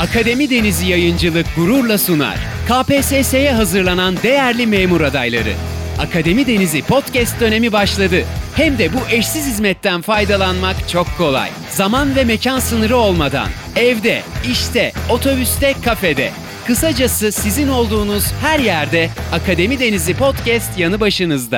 Akademi Denizi Yayıncılık gururla sunar. KPSS'ye hazırlanan değerli memur adayları. Akademi Denizi podcast dönemi başladı. Hem de bu eşsiz hizmetten faydalanmak çok kolay. Zaman ve mekan sınırı olmadan. Evde, işte, otobüste, kafede. Kısacası sizin olduğunuz her yerde Akademi Denizi podcast yanı başınızda.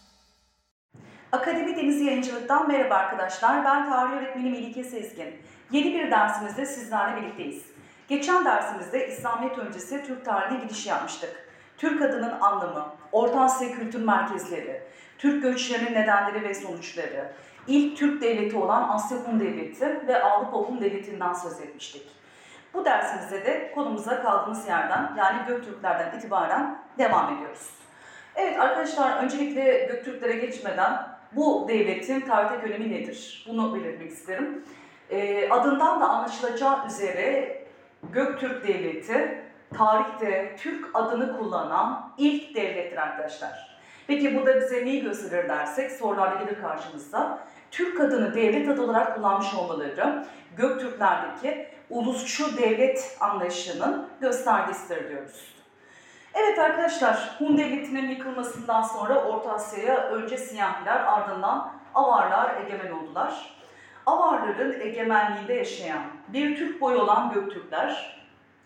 Akademi Denizi Yayıncılık'tan merhaba arkadaşlar. Ben tarih öğretmeni Melike Sezgin. Yeni bir dersimizde sizlerle birlikteyiz. Geçen dersimizde İslamiyet öncesi Türk tarihine giriş yapmıştık. Türk adının anlamı, Orta Asya kültür merkezleri, Türk göçlerinin nedenleri ve sonuçları, ilk Türk devleti olan Asya Hun Devleti ve Avrupa Hun Devleti'nden söz etmiştik. Bu dersimizde de konumuza kaldığımız yerden, yani Göktürklerden itibaren devam ediyoruz. Evet arkadaşlar, öncelikle Göktürklere geçmeden bu devletin tarihteki önemi nedir? Bunu belirtmek isterim. Adından da anlaşılacağı üzere Göktürk Devleti tarihte Türk adını kullanan ilk devlettir arkadaşlar. Peki bu da bize neyi gösterir dersek, sorularda gelir karşımıza. Türk adını devlet adı olarak kullanmış olmaları Göktürklerdeki ulusçu devlet anlayışının göstergesidir diyoruz. Evet arkadaşlar, Hun Devleti'nin yıkılmasından sonra Orta Asya'ya önce Siyahiler, ardından Avarlar egemen oldular. Avarların egemenliğinde yaşayan bir Türk boyu olan Göktürkler,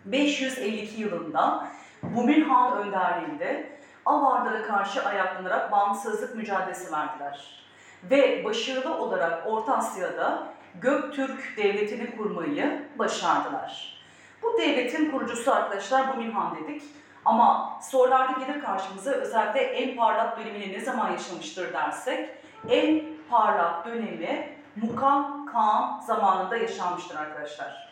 552 yılında Bumil Han önderliğinde Avarlara karşı ayaklanarak bağımsızlık mücadelesi verdiler. Ve başarılı olarak Orta Asya'da Göktürk Devleti'ni kurmayı başardılar. Bu devletin kurucusu arkadaşlar Bumil Han dedik. Ama sorularda gelir karşımıza özellikle en parlak dönemini ne zaman yaşamıştır dersek, en parlak dönemi Mukan Kağan zamanında yaşanmıştır arkadaşlar.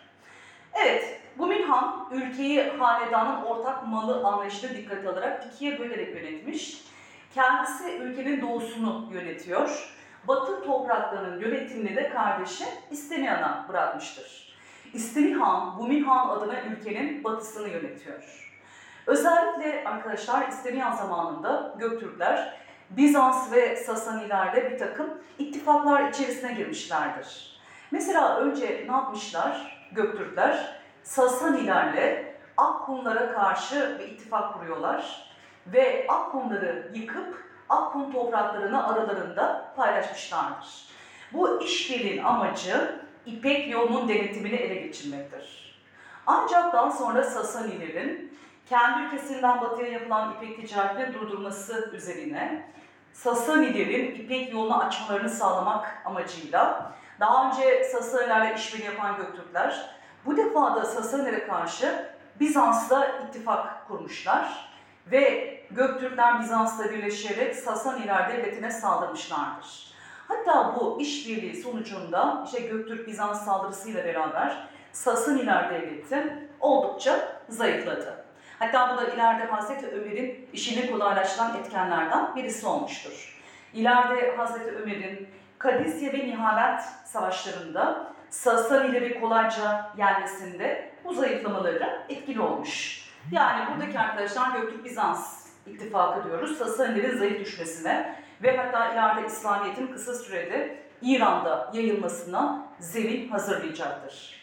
Evet, Bumil Han ülkeyi hanedanın ortak malı anlayışına dikkate alarak ikiye bölerek yönetmiş. Kendisi ülkenin doğusunu yönetiyor. Batı topraklarının yönetimini de kardeşi İstemihan'a bırakmıştır. İstemihan, Bumil Han adına ülkenin batısını yönetiyor. Özellikle arkadaşlar İstemihan zamanında Göktürkler Bizans ve Sasanilerle bir takım ittifaklar içerisine girmişlerdir. Mesela önce ne yapmışlar Göktürkler? Sasanilerle Akhunlara karşı bir ittifak kuruyorlar ve Akhunları yıkıp Akhun topraklarını aralarında paylaşmışlardır. Bu işbirliğinin amacı İpek yolunun denetimini ele geçirmektir. Ancak daha sonra Sasanilerin kendi ülkesinden batıya yapılan İpek ticaretini durdurması üzerine Sasanilerin İpek yolunu açmalarını sağlamak amacıyla daha önce Sasanilerle işbirliği yapan Göktürkler bu defa da Sasanilere karşı Bizans'la ittifak kurmuşlar ve Göktürkler Bizans'la birleşerek Sasaniler devletine saldırmışlardır. Hatta bu işbirliği sonucunda Göktürk-Bizans saldırısıyla beraber Sasaniler devleti oldukça zayıfladı. Hatta bu da ileride Hazreti Ömer'in işini kolaylaştıran etkenlerden birisi olmuştur. İleride Hazreti Ömer'in Kadisye ve Nihavent savaşlarında Sasanileri kolayca yenmesinde bu zayıflamaları etkili olmuş. Yani buradaki arkadaşlar Göktürk-Bizans ittifakı diyoruz, Sasanilerin zayıf düşmesine ve hatta ileride İslamiyet'in kısa sürede İran'da yayılmasına zemin hazırlayacaktır.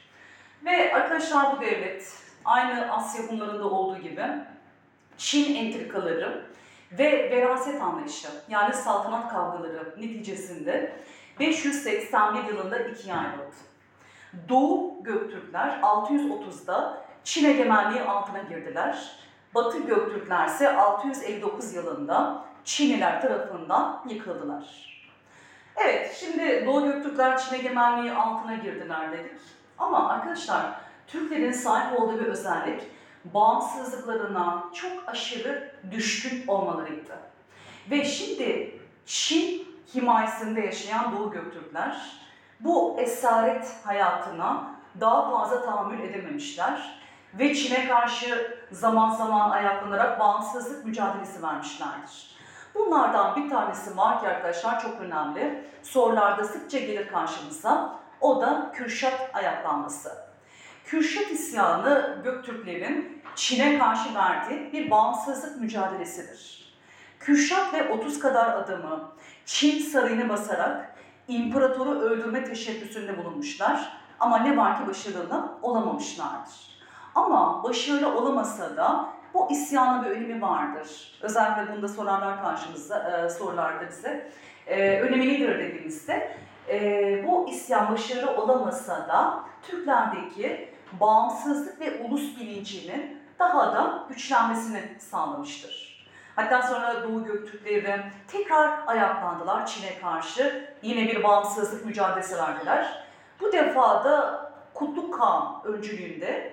Ve arkadaşlar bu devlet aynı Asya Hunlarında olduğu gibi Çin entrikaları ve veraset anlayışı yani saltanat kavgaları neticesinde 581 yılında ikiye ayrıldı. Doğu Göktürkler 630'da Çin egemenliği altına girdiler. Batı Göktürkler ise 659 yılında Çinliler tarafından yıkıldılar. Evet, şimdi Doğu Göktürkler Çin egemenliği altına girdiler dedik. Ama arkadaşlar Türklerin sahip olduğu bir özellik bağımsızlıklarına çok aşırı düşkün olmalarıydı. Ve şimdi Çin himayesinde yaşayan Doğu Göktürkler bu esaret hayatına daha fazla tahammül edememişler ve Çin'e karşı zaman zaman ayaklanarak bağımsızlık mücadelesi vermişlerdir. Bunlardan bir tanesi var ki arkadaşlar çok önemli, sorularda sıkça gelir karşımıza, o da Kürşat ayaklanması. Kürşat isyanı Göktürklerin Çin'e karşı verdiği bir bağımsızlık mücadelesidir. Kürşat ve 30 kadar adamı Çin sarayını basarak imparatoru öldürme teşebbüsünde bulunmuşlar ama ne var ki başarılı olamamışlardır. Ama başarılı olamasa da bu isyanın bir önemi vardır. Özellikle bunu da sorarlar karşımıza, sorularda bize. Önemi nedir dediğimizde, bu isyan başarılı olamasa da Türklerdeki bağımsızlık ve ulus bilincinin daha da güçlenmesini sağlamıştır. Hatta sonra Doğu Göktürkleri tekrar ayaklandılar Çin'e karşı. Yine bir bağımsızlık mücadelesi verdiler. Bu defa da Kutluk Kağan öncülüğünde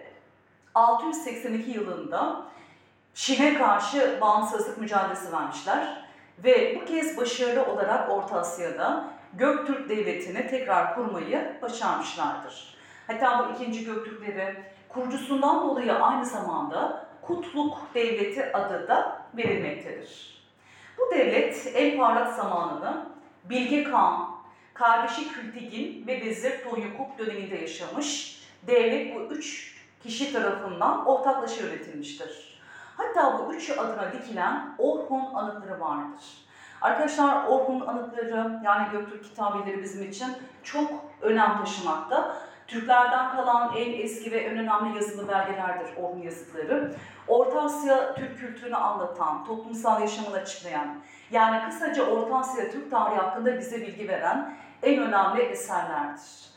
682 yılında Çin'e karşı bağımsızlık mücadelesi vermişler. Ve bu kez başarılı olarak Orta Asya'da Göktürk Devleti'ni tekrar kurmayı başarmışlardır. Hatta bu ikinci Göktürkleri kurucusundan dolayı aynı zamanda Kutluk Devleti adı da verilmektedir. Bu devlet en parlak zamanını Bilge Kağan, kardeşi Kültigin ve Vezir Tonyukuk döneminde yaşamış. Devlet bu üç kişi tarafından ortaklaşa yönetilmiştir. Hatta bu üçü adına dikilen Orhun anıtları vardır. Arkadaşlar Orhun anıtları yani Göktürk kitabeleri bizim için çok önem taşımakta. Türklerden kalan en eski ve en önemli yazılı belgelerdir Orhun yazıtları. Orta Asya Türk kültürünü anlatan, toplumsal yaşamını açıklayan, yani kısaca Orta Asya Türk tarihi hakkında bize bilgi veren en önemli eserlerdir.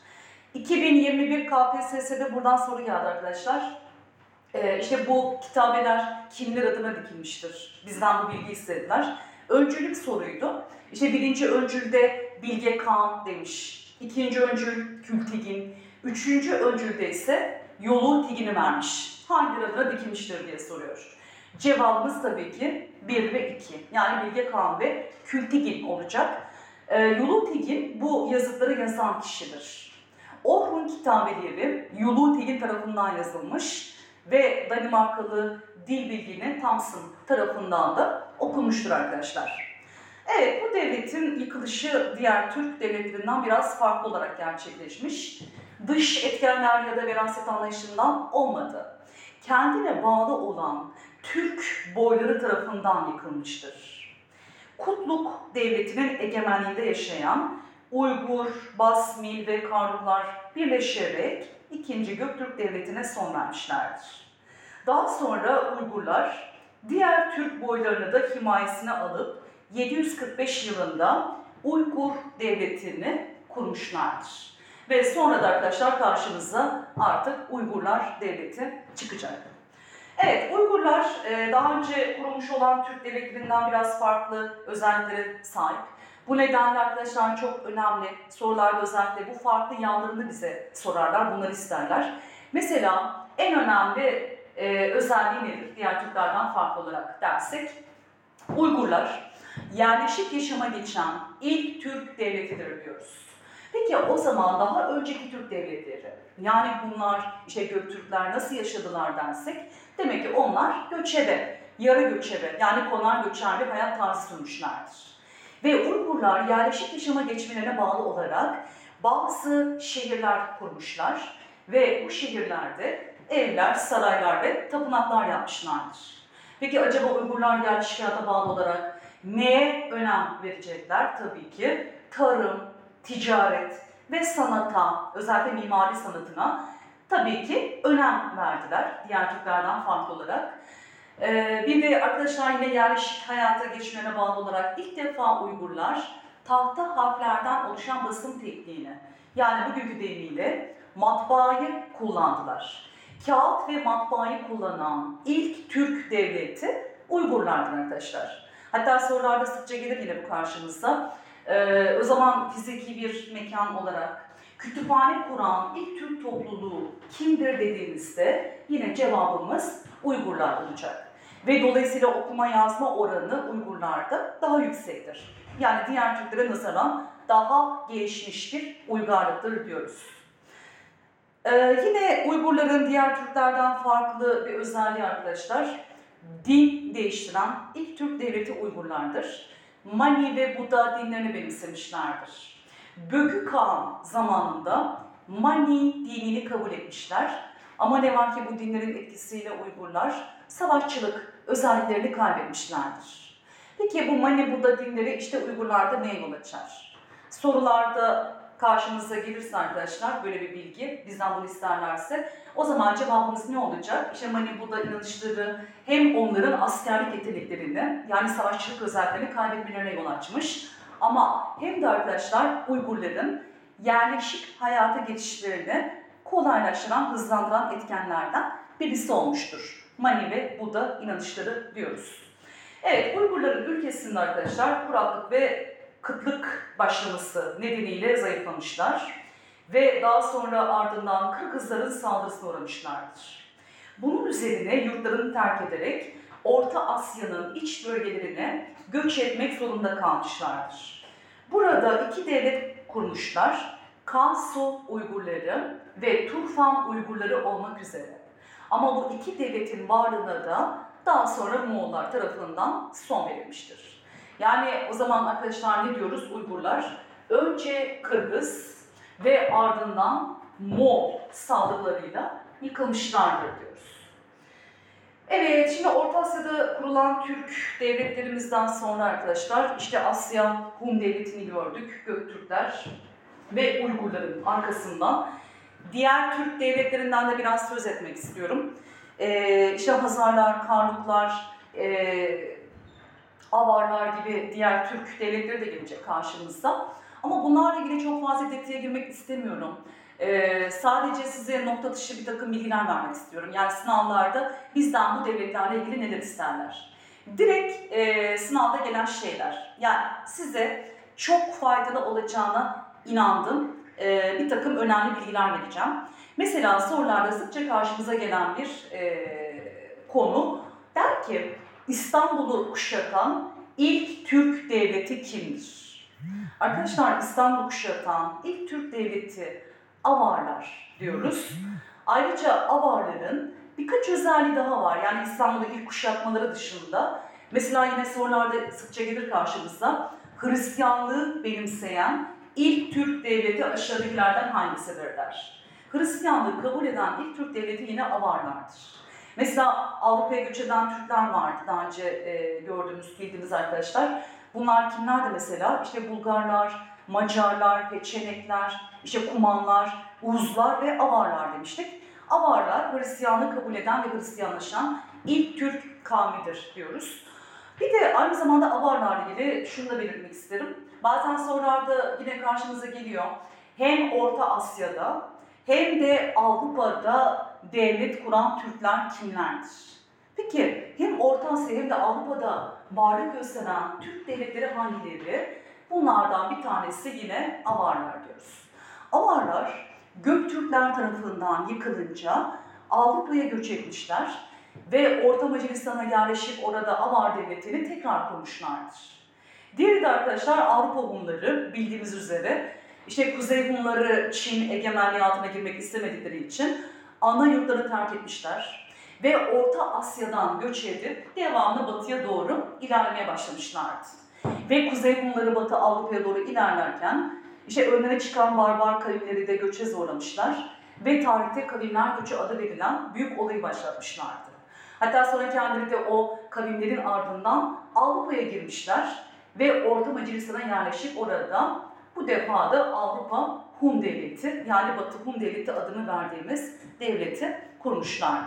2021 KPSS'de buradan soru geldi arkadaşlar. İşte bu kitabeler kimler adına dikilmiştir? Bizden bu bilgi istediler. Öncülük soruydu. İşte birinci öncülde Bilge Kağan demiş. İkinci öncül Kültigin. Üçüncü öncülde ise Yolu Tigin'i vermiş. Hangileri adına dikilmiştir diye soruyor. Cevabımız tabii ki 1 ve 2. Yani Bilge Kağan ve Kültigin olacak. Yolu Tigin bu yazıtları yazan kişidir. Orhun kitabeleri Yolu Tigin tarafından yazılmış ve Danimarkalı dil bilgini Thomson tarafından da okunmuştur arkadaşlar. Evet, bu devletin yıkılışı diğer Türk devletlerinden biraz farklı olarak gerçekleşmiş. Dış etkenler ya da veraset anlayışından olmadı. Kendine bağlı olan Türk boyları tarafından yıkılmıştır. Kutluk devletinin egemenliğinde yaşayan Uygur, Basmil ve Karluklar birleşerek 2. Göktürk Devleti'ne son vermişlerdir. Daha sonra Uygurlar diğer Türk boylarını da himayesine alıp 745 yılında Uygur Devleti'ni kurmuşlardır. Ve sonra da arkadaşlar karşımıza artık Uygurlar Devleti çıkacak. Evet, Uygurlar daha önce kurulmuş olan Türk devletlerinden biraz farklı özelliklere sahip. Bu nedenle arkadaşlar çok önemli sorularda özellikle bu farklı yanlarını bize sorarlar, bunları isterler. Mesela en önemli özelliği nedir diğer Türklerden farklı olarak dersek? Uygurlar yerleşik yaşama geçen ilk Türk devletidir diyoruz. Peki o zaman daha önceki Türk devletleri, yani bunlar işte Göktürkler nasıl yaşadılar dersek, demek ki onlar göçebe, yarı göçebe yani konar göçer bir hayat tarzı sürmüşlerdir. Ve Uygurlar yerleşik yaşama geçmelerine bağlı olarak bazı şehirler kurmuşlar ve bu şehirlerde evler, saraylar ve tapınaklar yapmışlardır. Peki acaba Uygurlar yerleşik hayata bağlı olarak neye önem verecekler? Tabii ki tarım, ticaret ve sanata, özellikle mimari sanatına tabii ki önem verdiler diğer Türklerden farklı olarak. Bir de arkadaşlar yine yerleşik hayata geçmelerine bağlı olarak ilk defa Uygurlar tahta harflerden oluşan basım tekniğini, yani bugünkü deyimiyle matbaayı kullandılar. Kağıt ve matbaayı kullanan ilk Türk devleti Uygurlardır arkadaşlar. Hatta sorularda sıkça gelir yine bu karşımıza. O zaman fiziki bir mekan olarak kütüphane kuran ilk Türk topluluğu kimdir dediğimizde yine cevabımız Uygurlar olacak. Ve dolayısıyla okuma yazma oranı Uygurlarda daha yüksektir. Yani diğer Türklere nazaran daha gelişmiş bir uygarlıktır diyoruz. Yine Uygurların diğer Türklerden farklı bir özelliği arkadaşlar, din değiştiren ilk Türk devleti Uygurlardır. Mani ve Buda dinlerini benimsemişlerdir. Bökü Kağan zamanında Mani dinini kabul etmişler. Ama ne var ki bu dinlerin etkisiyle Uygurlar savaşçılık özelliklerini kaybetmişlerdir. Peki bu Mani Buda dinleri işte Uygurlarda neye yol açar? Sorularda karşınıza gelirse arkadaşlar böyle bir bilgi, bizden bunu isterlerse, o zaman cevabımız ne olacak? İşte Mani Buda inanışları hem onların askerlik yeteneklerini, yani savaşçılık özelliklerini kaybetmelerine yol açmış, ama hem de arkadaşlar Uygurların yerleşik hayata geçişlerini kolaylaştıran, hızlandıran etkenlerden birisi olmuştur. Mani ve Buda inanışları diyoruz. Evet, Uygurların ülkesinde arkadaşlar kuraklık ve kıtlık başlaması nedeniyle zayıflamışlar ve daha sonra ardından Kırgızların saldırısına uğramışlardır. Bunun üzerine yurtlarını terk ederek Orta Asya'nın iç bölgelerine göç etmek zorunda kalmışlardır. Burada iki devlet kurmuşlar, Kansu Uygurları ve Turfan Uygurları olmak üzere. Ama bu iki devletin varlığına da daha sonra Moğollar tarafından son verilmiştir. Yani o zaman arkadaşlar ne diyoruz Uygurlar? Önce Kırgız ve ardından Moğol saldırılarıyla yıkılmışlardır diyoruz. Evet, şimdi Orta Asya'da kurulan Türk devletlerimizden sonra arkadaşlar işte Asya Hun Devleti'ni gördük, Göktürkler ve Uygurların arkasından. Diğer Türk devletlerinden de biraz söz etmek istiyorum. İşte Hazarlar, Karluklar, Avarlar gibi diğer Türk devletleri de gelecek karşımızda. Ama bunlarla ilgili çok fazla detaya girmek istemiyorum. Sadece size nokta atışı bir takım bilgiler vermek istiyorum. Yani sınavlarda bizden bu devletlerle ilgili neler isterler? Direkt sınavda gelen şeyler. Yani size çok faydalı olacağına inandım. Bir takım önemli bilgiler vereceğim. Mesela sorularda sıkça karşımıza gelen bir konu der ki İstanbul'u kuşatan ilk Türk devleti kimdir? Arkadaşlar İstanbul'u kuşatan ilk Türk devleti Avarlar diyoruz. Ayrıca Avarların birkaç özelliği daha var. Yani İstanbul'u ilk kuşatmaları dışında. Mesela yine sorularda sıkça gelir karşımıza. Hristiyanlığı benimseyen ilk Türk devleti aşağıdakilerden hangisidir der. Hristiyanlığı kabul eden ilk Türk devleti yine Avarlardır. Mesela Avrupa'ya göç eden Türkler vardı daha önce gördüğümüz, bildiğimiz arkadaşlar. Bunlar kimlerdi mesela? İşte Bulgarlar, Macarlar, Peçenekler, işte Kumanlar, Uzlar ve Avarlar demiştik. Avarlar Hristiyanlığı kabul eden ve Hristiyanlaşan ilk Türk kavmidir diyoruz. Bir de aynı zamanda Avarlarla ilgili şunu da belirtmek isterim. Bazen sorularda yine karşımıza geliyor. Hem Orta Asya'da hem de Avrupa'da devlet kuran Türkler kimlerdir? Peki hem Orta Asya hem de Avrupa'da varlık gösteren Türk devletleri hangileri? Bunlardan bir tanesi yine Avarlar diyoruz. Avarlar Göktürkler tarafından yıkılınca Avrupa'ya göç etmişler ve Orta Macaristan'a yerleşip orada Avar devletini tekrar kurmuşlardır. Diğeri de arkadaşlar Avrupa Hunları, bildiğimiz üzere işte Kuzey Hunları Çin egemenliği altına girmek istemedikleri için ana yurtlarını terk etmişler ve Orta Asya'dan göç edip devamlı batıya doğru ilerlemeye başlamışlardı. Ve Kuzey Hunları Batı Avrupa'ya doğru ilerlerken işte önlerine çıkan barbar kavimleri de göçe zorlamışlar ve tarihte kavimler göçü adı verilen büyük olayı başlatmışlardı. Hatta sonra kendileri de o kavimlerin ardından Avrupa'ya girmişler ve Orta Macaristan'a yerleşip orada bu defa da Avrupa Hun Devleti, yani Batı Hun Devleti adını verdiğimiz devleti kurmuşlardı.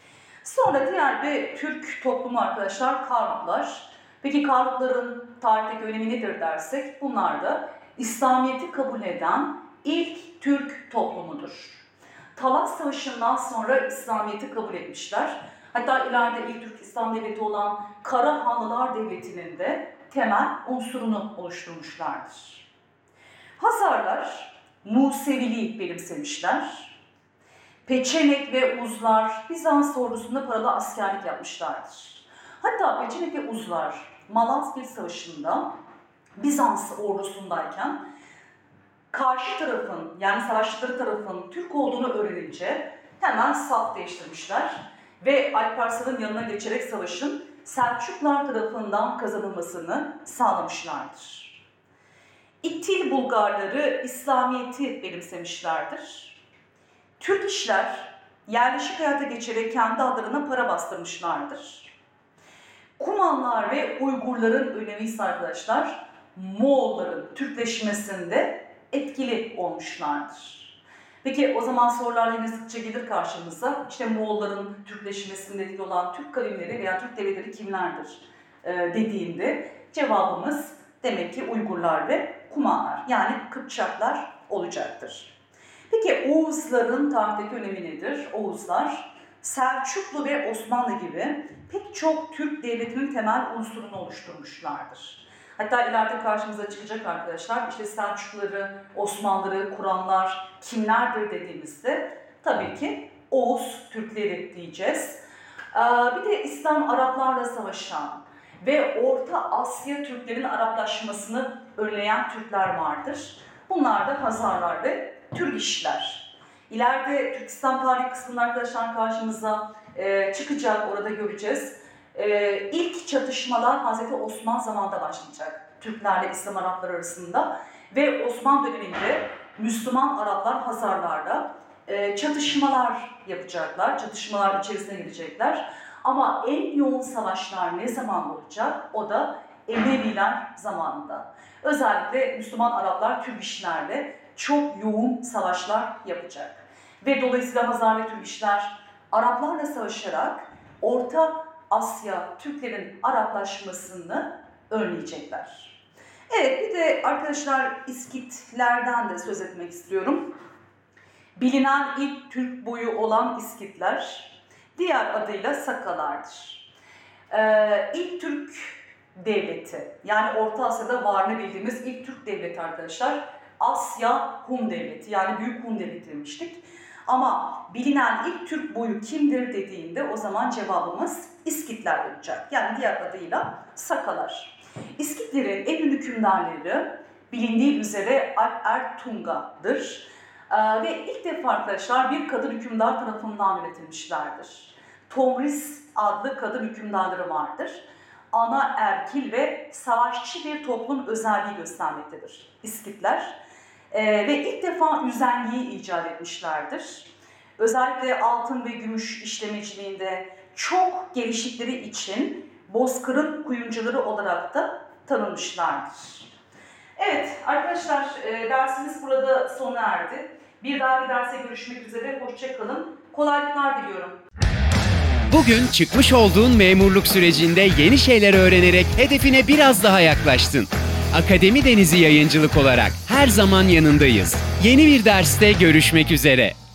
Sonra diğer bir Türk toplumu arkadaşlar Karluklar. Peki Karlukların tarihteki önemi nedir dersek, bunlar da İslamiyet'i kabul eden ilk Türk toplumudur. Talas Savaşı'ndan sonra İslamiyet'i kabul etmişler. Hatta ileride ilk Türk İslam Devleti olan Karahanlılar Devleti'nin de temel unsurunu oluşturmuşlardır. Hazarlar Museviliği benimsemişler. Peçenek ve Uzlar Bizans ordusunda paralı askerlik yapmışlardır. Hatta Peçenek ve Uzlar Malazgirt Savaşı'nda Bizans ordusundayken karşı tarafın, yani savaştıkları tarafın Türk olduğunu öğrenince hemen saf değiştirmişler ve Alparslan'ın yanına geçerek savaşın Selçuklar tarafından kazanılmasını sağlamışlardır. İttil Bulgarları İslamiyet'i benimsemişlerdir. Türk işler yerleşik hayata geçerek kendi adlarına para bastırmışlardır. Kumanlar ve Uygurların önemi ise arkadaşlar Moğolların Türkleşmesinde etkili olmuşlardır. Peki o zaman sorular yine sıkça gelir karşımıza. İşte Moğolların Türkleşmesinde etkili olan Türk kavimleri veya Türk devletleri kimlerdir dediğinde cevabımız demek ki Uygurlar ve Kumanlar, yani Kıpçaklar olacaktır. Peki Oğuzların tarihteki önemi nedir? Oğuzlar Selçuklu ve Osmanlı gibi pek çok Türk devletinin temel unsurunu oluşturmuşlardır. Hatta ileride karşımıza çıkacak arkadaşlar, işte Selçukluları, Osmanlıları kuranlar kimlerdir dediğimizde tabii ki Oğuz Türkleri diyeceğiz. Bir de İslam Araplarla savaşan ve Orta Asya Türklerin Araplaşmasını önleyen Türkler vardır. Bunlar da Hazarlar ve Türgişler. İleride Türk İslam tarihi kısmında arkadaşlar karşımıza çıkacak, orada göreceğiz. İlk çatışmalar Hazreti Osman zamanında başlayacak Türklerle İslam Araplar arasında ve Osman döneminde Müslüman Araplar Hazarlarla çatışmalar yapacaklar, çatışmalar içerisine girecekler. Ama en yoğun savaşlar ne zaman olacak? O da Emeviler zamanında. Özellikle Müslüman Araplar Türgişlerle çok yoğun savaşlar yapacak. Ve dolayısıyla Hazar ve Türgişler Araplarla savaşarak Orta Asya Türklerin Araplaşmasını önleyecekler. Evet, bir de arkadaşlar İskitlerden de söz etmek istiyorum. Bilinen ilk Türk boyu olan İskitler, diğer adıyla Sakalardır. İlk Türk devleti, yani Orta Asya'da varını bildiğimiz ilk Türk devleti arkadaşlar, Asya Hun Devleti, yani Büyük Hun Devleti demiştik. Ama bilinen ilk Türk boyu kimdir dediğinde o zaman cevabımız İskitler olacak. Yani diğer adıyla Sakalar. İskitlerin en ünlü hükümdarları bilindiği üzere Alp Ertunga'dır. Ve ilk defa arkadaşlar bir kadın hükümdar tarafından yönetilmişlerdir. Tomris adlı kadın hükümdarları vardır. Ana erkil ve savaşçı bir toplum özelliği göstermektedir İskitler. Ve ilk defa üzengiyi icat etmişlerdir. Özellikle altın ve gümüş işlemeciliğinde çok geliştikleri için Bozkır'ın kuyumcuları olarak da tanınmışlardır. Evet arkadaşlar, dersimiz burada sona erdi. Bir dahaki derse görüşmek üzere, hoşça kalın. Kolaylıklar diliyorum. Bugün çıkmış olduğun memurluk sürecinde yeni şeyler öğrenerek hedefine biraz daha yaklaştın. Akademi Denizi Yayıncılık olarak her zaman yanındayız. Yeni bir derste görüşmek üzere.